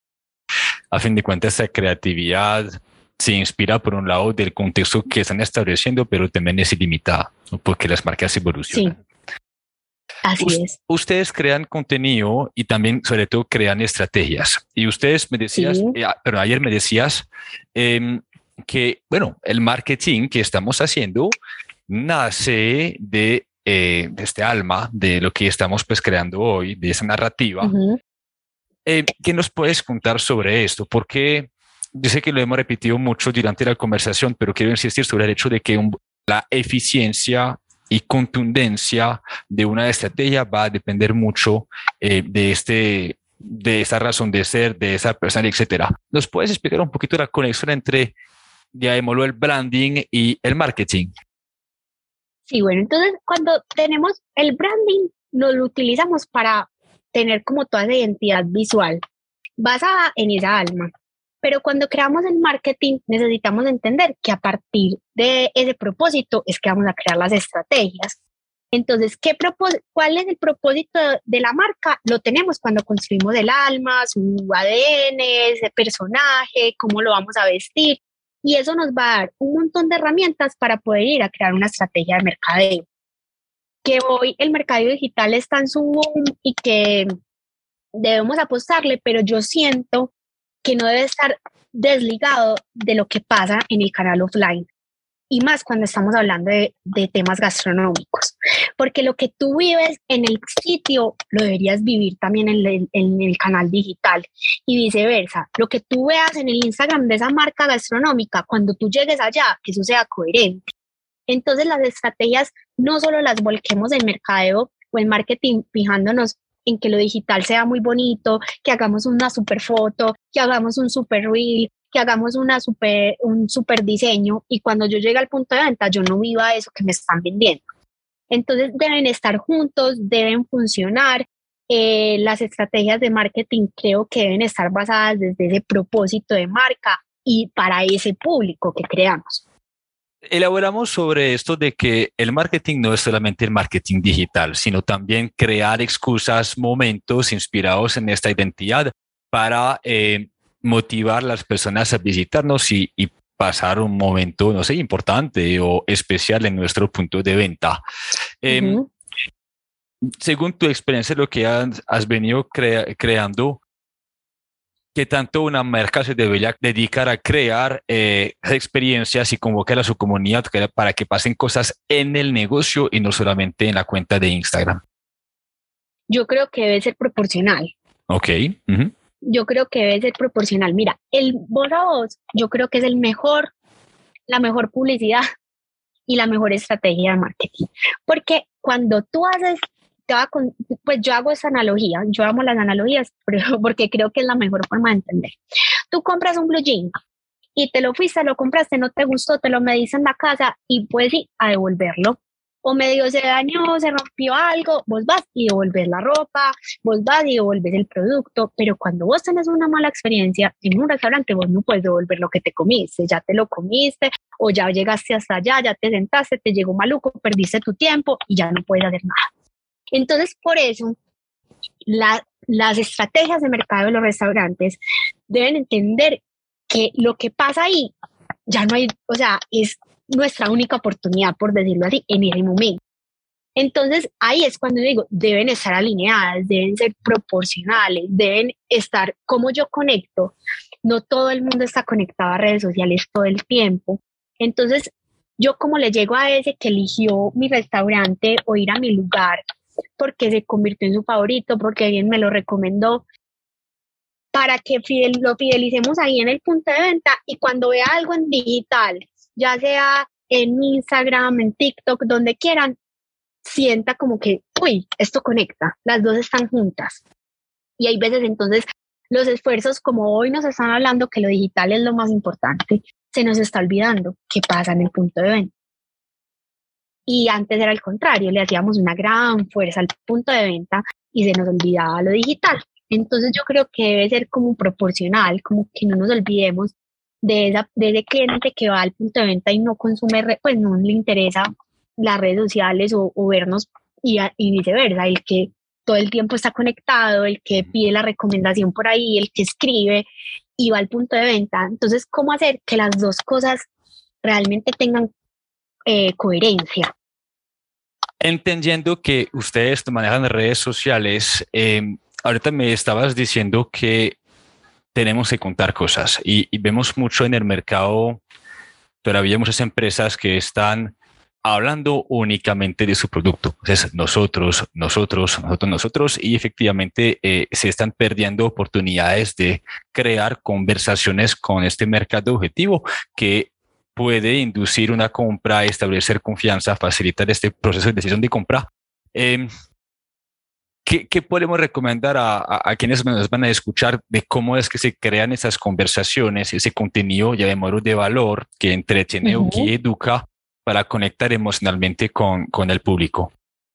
A fin de cuentas, esa creatividad se inspira por un lado del contexto que están estableciendo, pero también es ilimitada, ¿no? Porque las marcas evolucionan. Sí. Así U- es. Ustedes crean contenido y también, sobre todo, crean estrategias. Y ustedes me decías, Sí. eh, pero ayer me decías eh, que, bueno, el marketing que estamos haciendo nace de, eh, de este alma, de lo que estamos pues creando hoy, de esa narrativa. Uh-huh. Eh, ¿Qué nos puedes contar sobre esto? Porque yo sé que lo hemos repetido mucho durante la conversación, pero quiero insistir sobre el hecho de que un, la eficiencia y contundencia de una estrategia va a depender mucho eh, de, este, de esa razón de ser, de esa persona, etcétera. ¿Nos puedes explicar un poquito la conexión entre, llamémoslo, el branding y el marketing? Sí, bueno, entonces cuando tenemos el branding, nos lo utilizamos para tener como toda esa identidad visual basada en esa alma. Pero cuando creamos el marketing, necesitamos entender que a partir de ese propósito es que vamos a crear las estrategias. Entonces, ¿qué propós- ¿cuál es el propósito de la marca? Lo tenemos cuando construimos el alma, su A D N, ese personaje, cómo lo vamos a vestir. Y eso nos va a dar un montón de herramientas para poder ir a crear una estrategia de mercadeo. Que hoy el mercado digital está en su boom y que debemos apostarle, pero yo siento que no debe estar desligado de lo que pasa en el canal offline. Y más cuando estamos hablando de, de temas gastronómicos. Porque lo que tú vives en el sitio lo deberías vivir también en el, en el canal digital y viceversa. Lo que tú veas en el Instagram de esa marca gastronómica, cuando tú llegues allá, que eso sea coherente. Entonces las estrategias no solo las volquemos en mercadeo o en marketing fijándonos en que lo digital sea muy bonito, que hagamos una super foto, que hagamos un super reel, que hagamos una super, un super diseño y cuando yo llegue al punto de venta yo no viva eso que me están vendiendo. Entonces deben estar juntos, deben funcionar. Eh, las estrategias de marketing creo que deben estar basadas desde ese propósito de marca y para ese público que creamos. Elaboramos sobre esto de que el marketing no es solamente el marketing digital, sino también crear excusas, momentos inspirados en esta identidad para eh, motivar a las personas a visitarnos y, y pasar un momento, no sé, importante o especial en nuestro punto de venta. Eh, Ujú. Según tu experiencia, lo que has, has venido crea- creando, ¿qué tanto una marca se debería dedicar a crear eh, experiencias y convocar a su comunidad que- para que pasen cosas en el negocio y no solamente en la cuenta de Instagram? Yo creo que debe ser proporcional. Ok. Ujú. Yo creo que debe ser proporcional. Mira, el voz a voz, yo creo que es el mejor, la mejor publicidad y la mejor estrategia de marketing. Porque cuando tú haces, te va con, pues yo hago esa analogía, yo amo las analogías, pero porque creo que es la mejor forma de entender. Tú compras un blue jean y te lo fuiste, lo compraste, no te gustó, te lo mediste en la casa y puedes ir a devolverlo. O medio se dañó, se rompió algo, vos vas y devolves la ropa, vos vas y devolves el producto, pero cuando vos tenés una mala experiencia en un restaurante, vos no puedes devolver lo que te comiste, ya te lo comiste o ya llegaste hasta allá, ya te sentaste, te llegó maluco, perdiste tu tiempo y ya no puedes hacer nada. Entonces, por eso, la, las estrategias de mercado de los restaurantes deben entender que lo que pasa ahí ya no hay, o sea, es nuestra única oportunidad, por decirlo así, en ese momento. Entonces, ahí es cuando digo, deben estar alineadas, deben ser proporcionales, deben estar como yo conecto. No todo el mundo está conectado a redes sociales todo el tiempo. Entonces, yo como le llego a ese que eligió mi restaurante o ir a mi lugar porque se convirtió en su favorito, porque alguien me lo recomendó, para que fidel, lo fidelicemos ahí en el punto de venta y cuando vea algo en digital, ya sea en Instagram, en TikTok, donde quieran, sienta como que, uy, esto conecta, las dos están juntas. Y hay veces entonces los esfuerzos, como hoy nos están hablando que lo digital es lo más importante, se nos está olvidando qué pasa en el punto de venta. Y antes era al contrario, le hacíamos una gran fuerza al punto de venta y se nos olvidaba lo digital. Entonces yo creo que debe ser como proporcional, como que no nos olvidemos de, esa, de ese cliente que va al punto de venta y no consume, pues no le interesa las redes sociales o, o vernos y, a, y viceversa, el que todo el tiempo está conectado, el que pide la recomendación por ahí, el que escribe y va al punto de venta. Entonces, ¿cómo hacer que las dos cosas realmente tengan eh, coherencia? Entendiendo que ustedes manejan redes sociales, eh, ahorita me estabas diciendo que tenemos que contar cosas y, y vemos mucho en el mercado, todavía muchas empresas que están hablando únicamente de su producto. Entonces, nosotros, nosotros, nosotros, nosotros, y efectivamente eh, se están perdiendo oportunidades de crear conversaciones con este mercado objetivo que puede inducir una compra, establecer confianza, facilitar este proceso de decisión de compra. Eh, ¿Qué, ¿Qué, podemos recomendar a, a, a, quienes nos van a escuchar de cómo es que se crean esas conversaciones, ese contenido, llamémoslo de valor, que entretiene uh-huh. o que educa para conectar emocionalmente con, con el público?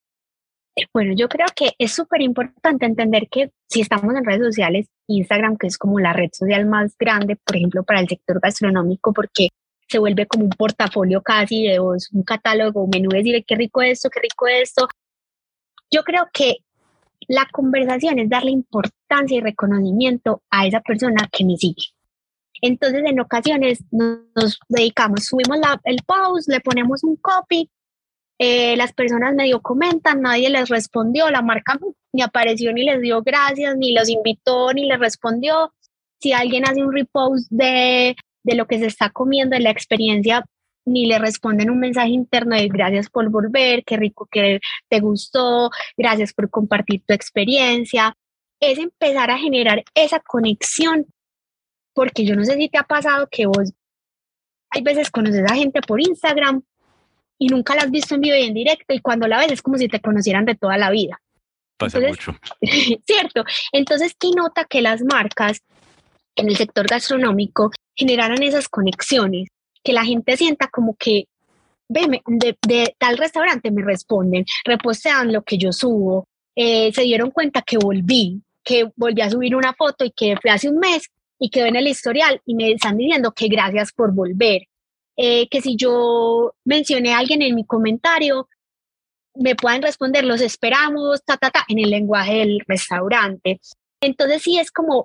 Bueno, yo creo que es súper importante entender que si estamos en redes sociales, Instagram, que es como la red social más grande, por ejemplo, para el sector gastronómico, porque se vuelve como un portafolio casi de vos, un catálogo, un menú, decir qué rico esto, qué rico esto. Yo creo que la conversación es darle importancia y reconocimiento a esa persona que me sigue. Entonces, en ocasiones nos, nos dedicamos, subimos la, el post, le ponemos un copy, eh, las personas medio comentan, nadie les respondió, la marca ni apareció, ni les dio gracias, ni los invitó, ni les respondió. Si alguien hace un repost de, de lo que se está comiendo, de la experiencia, ni le responden un mensaje interno de gracias por volver, qué rico que te gustó, gracias por compartir tu experiencia. Es empezar a generar esa conexión, porque yo no sé si te ha pasado que vos hay veces conoces a gente por Instagram y nunca la has visto en vivo y en directo, y cuando la ves es como si te conocieran de toda la vida. Pasa Entonces, mucho. Cierto. Entonces, ¿qué nota que las marcas en el sector gastronómico generaran esas conexiones? Que la gente sienta como que, ve, de, de tal restaurante me responden, repostean lo que yo subo, eh, se dieron cuenta que volví, que volví a subir una foto y que fue hace un mes y quedó en el historial y me están diciendo que gracias por volver. Eh, que si yo mencioné a alguien en mi comentario, me puedan responder, los esperamos, ta, ta, ta, en el lenguaje del restaurante. Entonces sí es como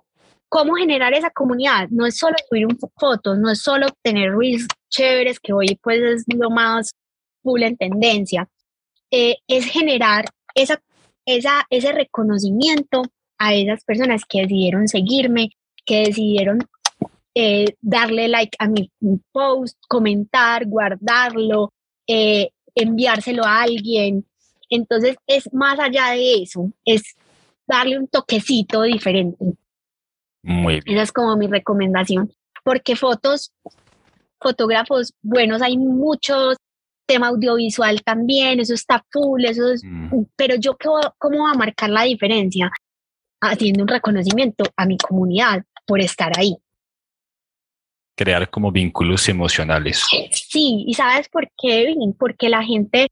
¿cómo generar esa comunidad? No es solo subir un, fotos, no es solo tener reels chéveres, que hoy pues es lo más full en tendencia, eh, es generar esa, esa, ese reconocimiento a esas personas que decidieron seguirme, que decidieron eh, darle like a mi post, comentar, guardarlo, eh, enviárselo a alguien. Entonces es más allá de eso, es darle un toquecito diferente. Muy bien. Esa es como mi recomendación, porque fotos, fotógrafos buenos hay muchos, tema audiovisual también, eso está full, eso es, mm. pero yo ¿cómo voy a marcar la diferencia? Haciendo un reconocimiento a mi comunidad por estar ahí. Crear como vínculos emocionales. Sí, ¿y sabes por qué? Porque la gente,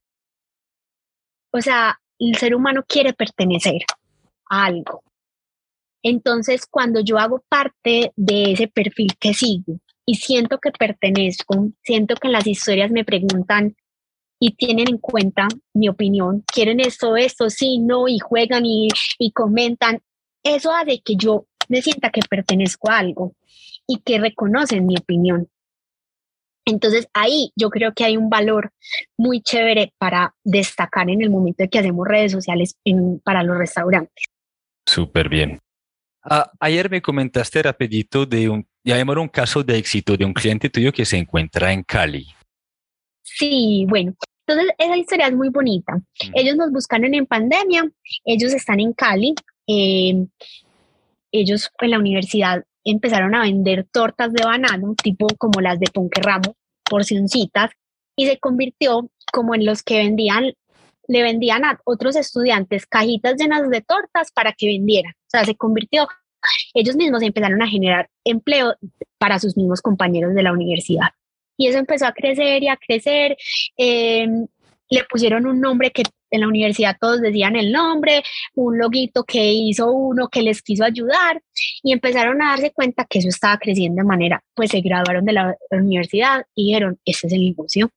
o sea, el ser humano quiere pertenecer a algo. Entonces, cuando yo hago parte de ese perfil que sigo y siento que pertenezco, siento que en las historias me preguntan y tienen en cuenta mi opinión, quieren esto, esto, sí, no, y juegan y, y comentan, eso hace que yo me sienta que pertenezco a algo y que reconocen mi opinión. Entonces ahí yo creo que hay un valor muy chévere para destacar en el momento de que hacemos redes sociales en, para los restaurantes. Súper bien. Ah, ayer me comentaste rapidito de un, llamémoslo un caso de éxito de un cliente tuyo que se encuentra en Cali. Sí, bueno, entonces esa historia es muy bonita. Mm. Ellos nos buscaron en pandemia, ellos están en Cali, eh, ellos en la universidad empezaron a vender tortas de banano, tipo como las de Ponquerramo, porcioncitas, y se convirtió como en los que vendían, le vendían a otros estudiantes cajitas llenas de tortas para que vendieran. O sea, se convirtió, ellos mismos empezaron a generar empleo para sus mismos compañeros de la universidad. Y eso empezó a crecer y a crecer. Eh, le pusieron un nombre que en la universidad todos decían el nombre, un loguito que hizo uno que les quiso ayudar y empezaron a darse cuenta que eso estaba creciendo de manera, pues se graduaron de la universidad y dijeron, este es el negocio.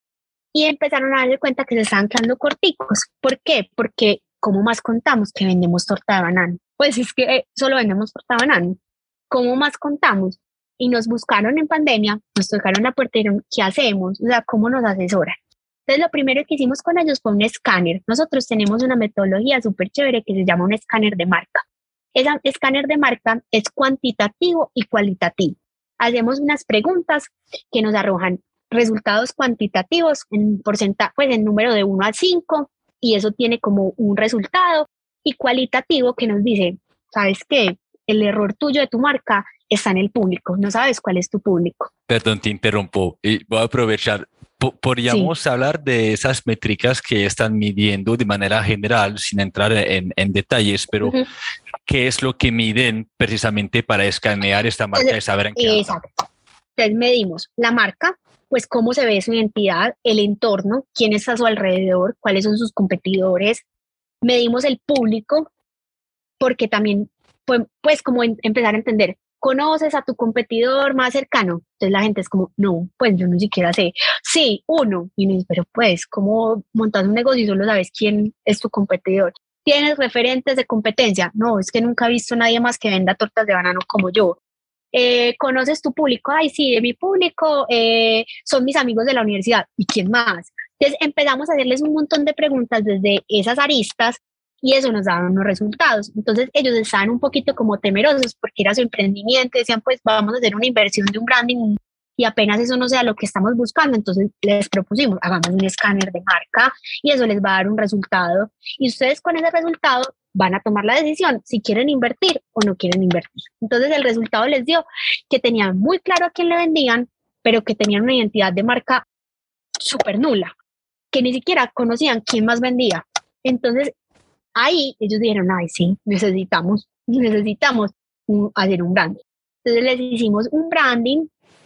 Y empezaron a darse cuenta que se estaban quedando corticos. ¿Por qué? Porque ¿cómo más contamos que vendemos torta de banano? Pues es que solo vendemos torta de banano. ¿Cómo más contamos? Y nos buscaron en pandemia, nos tocaron la puerta y dijeron, ¿qué hacemos? O sea, ¿cómo nos asesoran? Entonces, lo primero que hicimos con ellos fue un escáner. Nosotros tenemos una metodología súper chévere que se llama un escáner de marca. Ese escáner de marca es cuantitativo y cualitativo. Hacemos unas preguntas que nos arrojan resultados cuantitativos en porcentaje, pues en número de uno a cinco, y eso tiene como un resultado, y cualitativo que nos dice, ¿sabes qué? El error tuyo de tu marca está en el público, no sabes cuál es tu público. Perdón, te interrumpo y voy a aprovechar. Podríamos sí. hablar de esas métricas que están midiendo de manera general, sin entrar en, en detalles, pero uh-huh. ¿qué es lo que miden precisamente para escanear esta marca Entonces, y saber en qué Exacto. Anda? Entonces medimos la marca, pues cómo se ve su identidad, el entorno, quién está a su alrededor, cuáles son sus competidores. Medimos el público, porque también, pues, pues como en, empezar a entender, ¿conoces a tu competidor más cercano? Entonces la gente es como, no, pues yo ni siquiera sé. Sí, uno. Y uno dice, pero pues, ¿cómo montas un negocio y solo sabes quién es tu competidor? ¿Tienes referentes de competencia? No, es que nunca he visto a nadie más que venda tortas de banano como yo. Eh, ¿Conoces tu público? Ay, sí, de mi público eh, son mis amigos de la universidad. ¿Y quién más? Entonces empezamos a hacerles un montón de preguntas desde esas aristas y eso nos daba unos resultados. Entonces ellos estaban un poquito como temerosos porque era su emprendimiento, decían pues vamos a hacer una inversión de un branding y apenas eso no sea lo que estamos buscando, entonces les propusimos, hagamos un escáner de marca y eso les va a dar un resultado y ustedes con ese resultado van a tomar la decisión si quieren invertir o no quieren invertir. Entonces el resultado les dio que tenían muy claro a quién le vendían, pero que tenían una identidad de marca súper nula, que ni siquiera conocían quién más vendía. Entonces ahí ellos dijeron, ay sí, necesitamos, necesitamos un, hacer un branding. Entonces les hicimos un branding,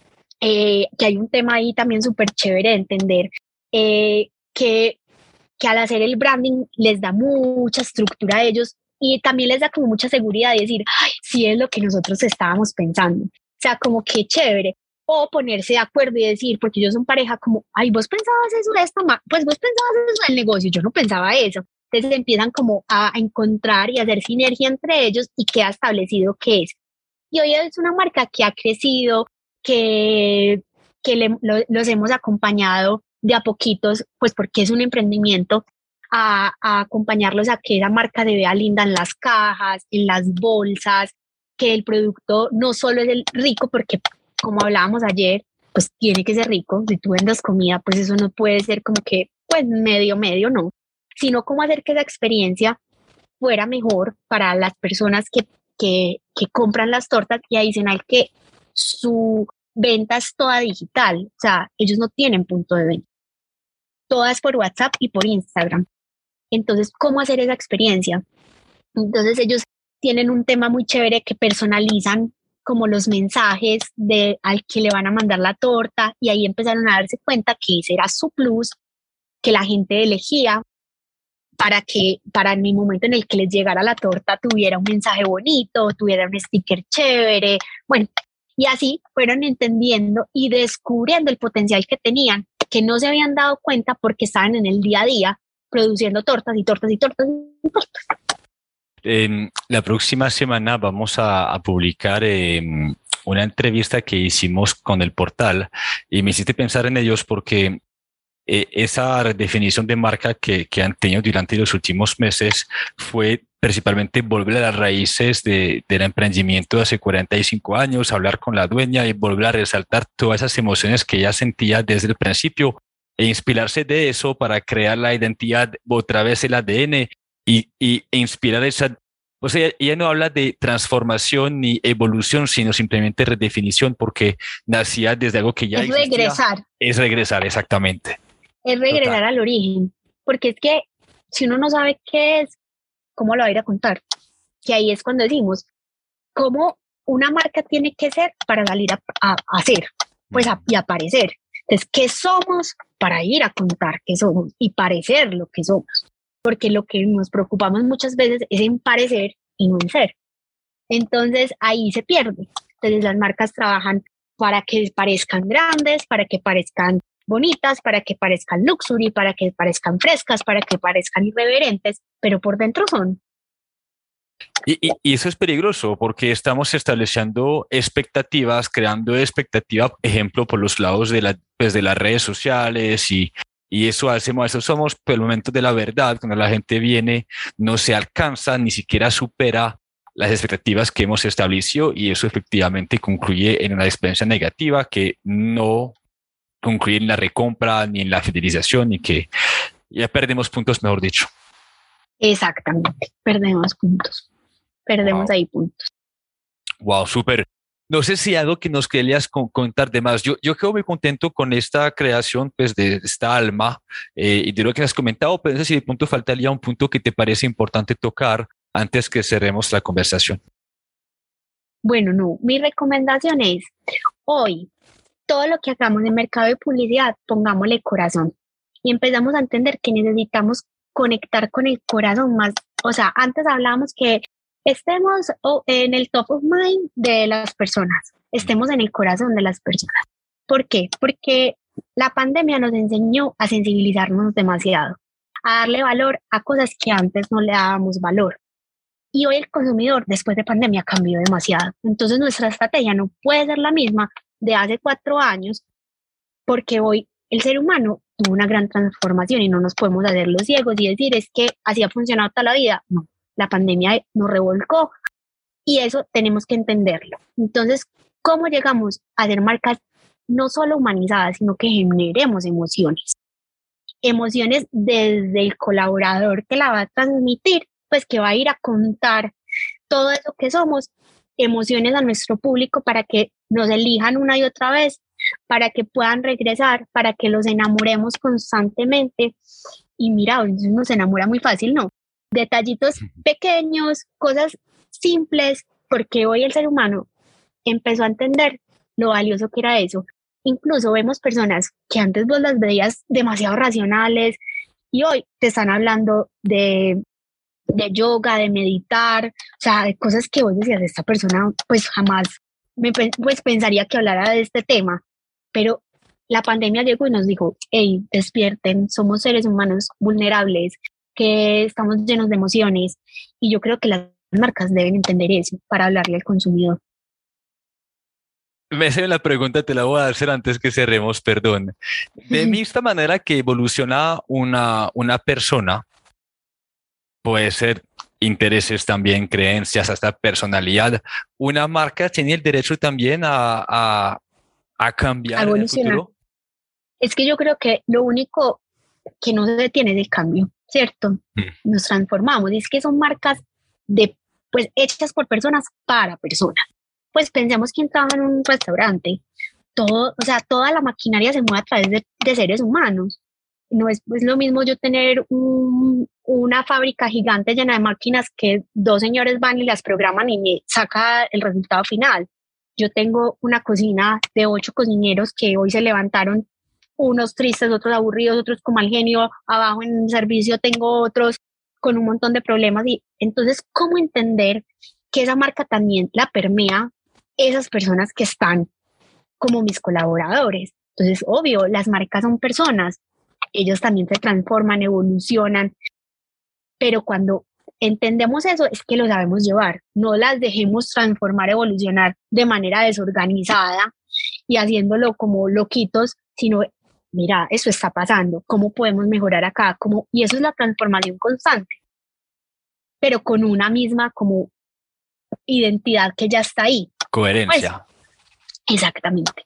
eh, que hay un tema ahí también súper chévere de entender, eh, que, que al hacer el branding les da mucha estructura a ellos y también les da como mucha seguridad de decir, ay, sí es lo que nosotros estábamos pensando. O sea, como que chévere. O ponerse de acuerdo y decir, porque ellos son pareja, como, ay, vos pensabas eso de esta manera, pues vos pensabas eso del negocio, yo no pensaba eso. Entonces empiezan como a encontrar y a hacer sinergia entre ellos y queda establecido qué es. Y hoy es una marca que ha crecido, que, que le, lo, los hemos acompañado de a poquitos, pues porque es un emprendimiento, a, a acompañarlos a que esa marca se vea linda en las cajas, en las bolsas, que el producto no solo es el rico, porque como hablábamos ayer, pues tiene que ser rico. Si tú vendes comida, pues eso no puede ser como que, pues medio, medio, no, sino cómo hacer que esa experiencia fuera mejor para las personas que, que, que compran las tortas, y adicional que su venta es toda digital, o sea, ellos no tienen punto de venta, todas por WhatsApp y por Instagram. Entonces, ¿cómo hacer esa experiencia? Entonces ellos tienen un tema muy chévere que personalizan como los mensajes de al que le van a mandar la torta, y ahí empezaron a darse cuenta que ese era su plus, que la gente elegía para que para en el momento en el que les llegara la torta tuviera un mensaje bonito, tuviera un sticker chévere, bueno, y así fueron entendiendo y descubriendo el potencial que tenían, que no se habían dado cuenta porque estaban en el día a día produciendo tortas y tortas y tortas y tortas. Eh, la próxima semana vamos a, a publicar eh, una entrevista que hicimos con el portal y me hiciste pensar en ellos porque eh, esa redefinición de marca que, que han tenido durante los últimos meses fue principalmente volver a las raíces de, del emprendimiento de hace cuarenta y cinco años, hablar con la dueña y volver a resaltar todas esas emociones que ella sentía desde el principio e inspirarse de eso para crear la identidad, otra vez el A D N y, y e inspirar esa. O sea, ella no habla de transformación ni evolución, sino simplemente redefinición, porque nacía desde algo que ya es existía. regresar. Es regresar, exactamente. Es regresar Total. Al origen, porque es que si uno no sabe qué es, ¿cómo lo va a ir a contar? Que ahí es cuando decimos, ¿cómo una marca tiene que ser para salir a, a, a hacer? Pues a, y aparecer. Entonces, ¿qué somos para ir a contar qué somos y parecer lo que somos? Porque lo que nos preocupamos muchas veces es en parecer y no en ser. Entonces, ahí se pierde. Entonces, las marcas trabajan para que parezcan grandes, para que parezcan bonitas, para que parezcan luxury, para que parezcan frescas, para que parezcan irreverentes, pero por dentro son. Y, y, y eso es peligroso porque estamos estableciendo expectativas, creando expectativas, ejemplo, por los lados de, la, pues de las redes sociales y, y eso hacemos, eso somos, pero el momento de la verdad, cuando la gente viene, no se alcanza, ni siquiera supera las expectativas que hemos establecido y eso efectivamente concluye en una experiencia negativa que no concluye en la recompra ni en la fidelización y que ya perdemos puntos, mejor dicho. Exactamente, perdemos puntos. Perdemos wow. ahí puntos. Wow, súper. No sé si algo que nos querías contar de más. Yo, yo quedo muy contento con esta creación pues, de esta alma eh, y de lo que has comentado, pero no sé si de punto faltaría un punto que te parece importante tocar antes que cerremos la conversación. Bueno, no, mi recomendación es hoy, todo lo que hagamos en mercado de publicidad, pongámosle corazón y empezamos a entender que necesitamos conectar con el corazón más. O sea, antes hablábamos que estemos en el top of mind de las personas, estemos en el corazón de las personas. ¿Por qué? Porque la pandemia nos enseñó a sensibilizarnos demasiado, a darle valor a cosas que antes no le dábamos valor. Y hoy el consumidor, después de pandemia, cambió demasiado. Entonces nuestra estrategia no puede ser la misma de hace cuatro años, porque hoy el ser humano tuvo una gran transformación y no nos podemos hacer los ciegos y decir es que así ha funcionado toda la vida. No, la pandemia nos revolcó y eso tenemos que entenderlo. Entonces, ¿cómo llegamos a hacer marcas no solo humanizadas, sino que generemos emociones? Emociones desde el colaborador que la va a transmitir, pues que va a ir a contar todo eso que somos, emociones a nuestro público para que nos elijan una y otra vez, para que puedan regresar, para que los enamoremos constantemente. Y mira, uno se enamora muy fácil, ¿no? Detallitos pequeños, cosas simples, porque hoy el ser humano empezó a entender lo valioso que era eso. Incluso vemos personas que antes vos las veías demasiado racionales y hoy te están hablando de, de yoga, de meditar, o sea, de cosas que vos decías, esta persona pues jamás me, pues, pensaría que hablara de este tema, pero la pandemia llegó y nos dijo, hey, despierten, somos seres humanos vulnerables, que estamos llenos de emociones y yo creo que las marcas deben entender eso para hablarle al consumidor. Me hacen la pregunta, te la voy a hacer antes que cerremos, perdón. De esta manera que evoluciona una, una persona, puede ser intereses también, creencias, hasta personalidad. Una marca tiene el derecho también a, a, a cambiar en el futuro. Es que yo creo que lo único que no se detiene es el cambio, ¿cierto? Mm. Nos transformamos. Y es que son marcas de, pues, hechas por personas para personas. Pues pensemos quién trabaja en un restaurante. Todo, o sea, toda la maquinaria se mueve a través de, de seres humanos. No es pues lo mismo yo tener un, una fábrica gigante llena de máquinas que dos señores van y las programan y me saca el resultado final. Yo tengo una cocina de ocho cocineros que hoy se levantaron, unos tristes, otros aburridos, otros con mal genio. Abajo en servicio tengo otros con un montón de problemas. Y entonces, ¿cómo entender que esa marca también la permea esas personas que están como mis colaboradores? Entonces, obvio, las marcas son personas. Ellos también se transforman, evolucionan, pero cuando entendemos eso es que lo sabemos llevar. No las dejemos transformar, evolucionar de manera desorganizada y haciéndolo como loquitos, sino, mira, eso está pasando, ¿cómo podemos mejorar acá? ¿Cómo? Y eso es la transformación constante, pero con una misma como identidad que ya está ahí. Coherencia. Pues, exactamente.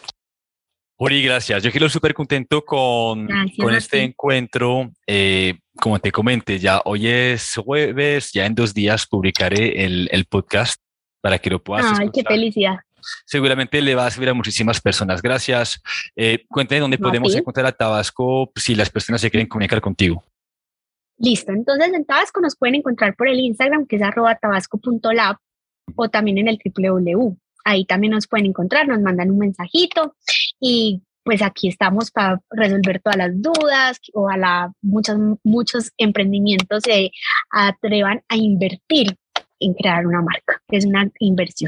Uri, gracias. Yo quiero súper contento con, con este ti. encuentro. Eh, como te comenté, ya hoy es jueves, ya en dos días publicaré el, el podcast para que lo puedas Ay, escuchar. Qué felicidad. Seguramente le va a servir a muchísimas personas. Gracias. Eh, cuéntame dónde no, podemos encontrar a Tabasco si las personas se quieren comunicar contigo. Listo. Entonces en Tabasco nos pueden encontrar por el Instagram, que es arroba tabasco punto lab, o también en el doble u doble u doble u. Ahí también nos pueden encontrar, nos mandan un mensajito y pues aquí estamos para resolver todas las dudas. Ojalá muchos, muchos emprendimientos se atrevan a invertir en crear una marca, que es una inversión.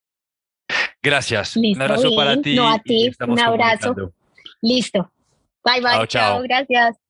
Gracias. Listo, un abrazo bien. para ti. No, a ti, un abrazo. Listo. Bye, bye. Chao, chao. Chao, gracias.